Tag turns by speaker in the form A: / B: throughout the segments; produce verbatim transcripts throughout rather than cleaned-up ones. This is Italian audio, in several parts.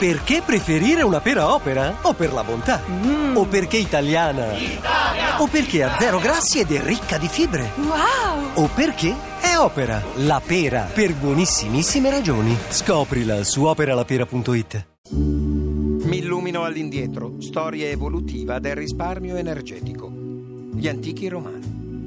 A: Perché preferire una pera Opera? O per la bontà?
B: Mm.
A: O perché italiana?
C: Italia!
A: O perché ha zero grassi ed è ricca di fibre?
B: Wow!
A: O perché è Opera, la pera, per buonissimissime ragioni. Scoprila su opera la pera punto it.
D: Mi illumino all'indietro, storia evolutiva del risparmio energetico. Gli antichi romani.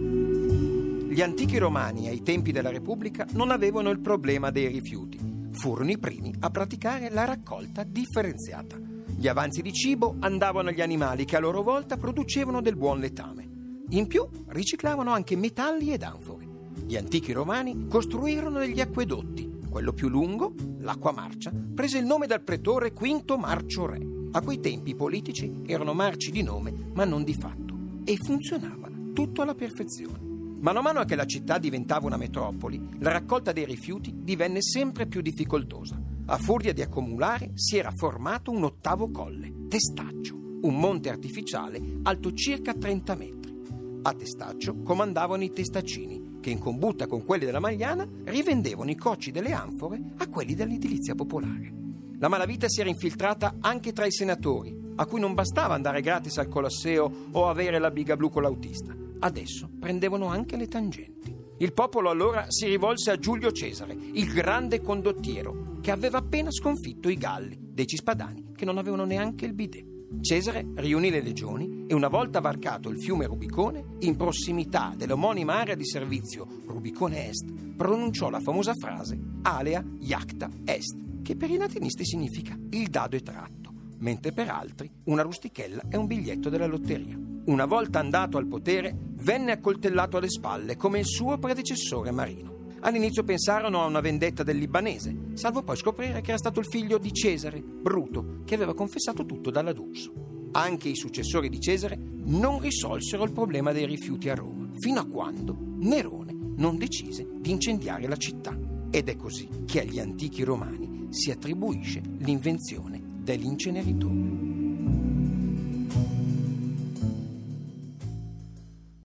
D: Gli antichi romani, ai tempi della Repubblica, non avevano il problema dei rifiuti. Furono i primi a praticare la raccolta differenziata. Gli avanzi di cibo andavano agli animali che a loro volta producevano del buon letame. In più riciclavano anche metalli ed anfore. Gli antichi romani costruirono degli acquedotti. Quello più lungo, l'Acqua Marcia, prese il nome dal pretore Quinto Marcio Re. A quei tempi i politici erano marci di nome ma non di fatto, e funzionava tutto alla perfezione. Mano a mano che la città diventava una metropoli, la raccolta dei rifiuti divenne sempre più difficoltosa. A furia di accumulare si era formato un ottavo colle, Testaccio, un monte artificiale alto circa trenta metri. A Testaccio comandavano i testaccini, che in combutta con quelli della Magliana rivendevano i cocci delle anfore a quelli dell'edilizia popolare. La malavita si era infiltrata anche tra i senatori, a cui non bastava andare gratis al Colosseo o avere la biga blu con l'autista. Adesso prendevano anche le tangenti. Il popolo allora si rivolse a Giulio Cesare, il grande condottiero, che aveva appena sconfitto i Galli, dei Cispadani, che non avevano neanche il bidet. Cesare riunì le legioni e, una volta varcato il fiume Rubicone, in prossimità dell'omonima area di servizio Rubicone Est, pronunciò la famosa frase Alea Iacta Est, che per i latinisti significa il dado è tratto, mentre per altri una rustichella è un biglietto della lotteria. Una volta andato al potere, venne accoltellato alle spalle come il suo predecessore Marino. All'inizio pensarono a una vendetta del libanese, salvo poi scoprire che era stato il figlio di Cesare, Bruto, che aveva confessato tutto dalla D'Urso. Anche i successori di Cesare non risolsero il problema dei rifiuti a Roma, fino a quando Nerone non decise di incendiare la città. Ed è così che agli antichi romani si attribuisce l'invenzione dell'inceneritore.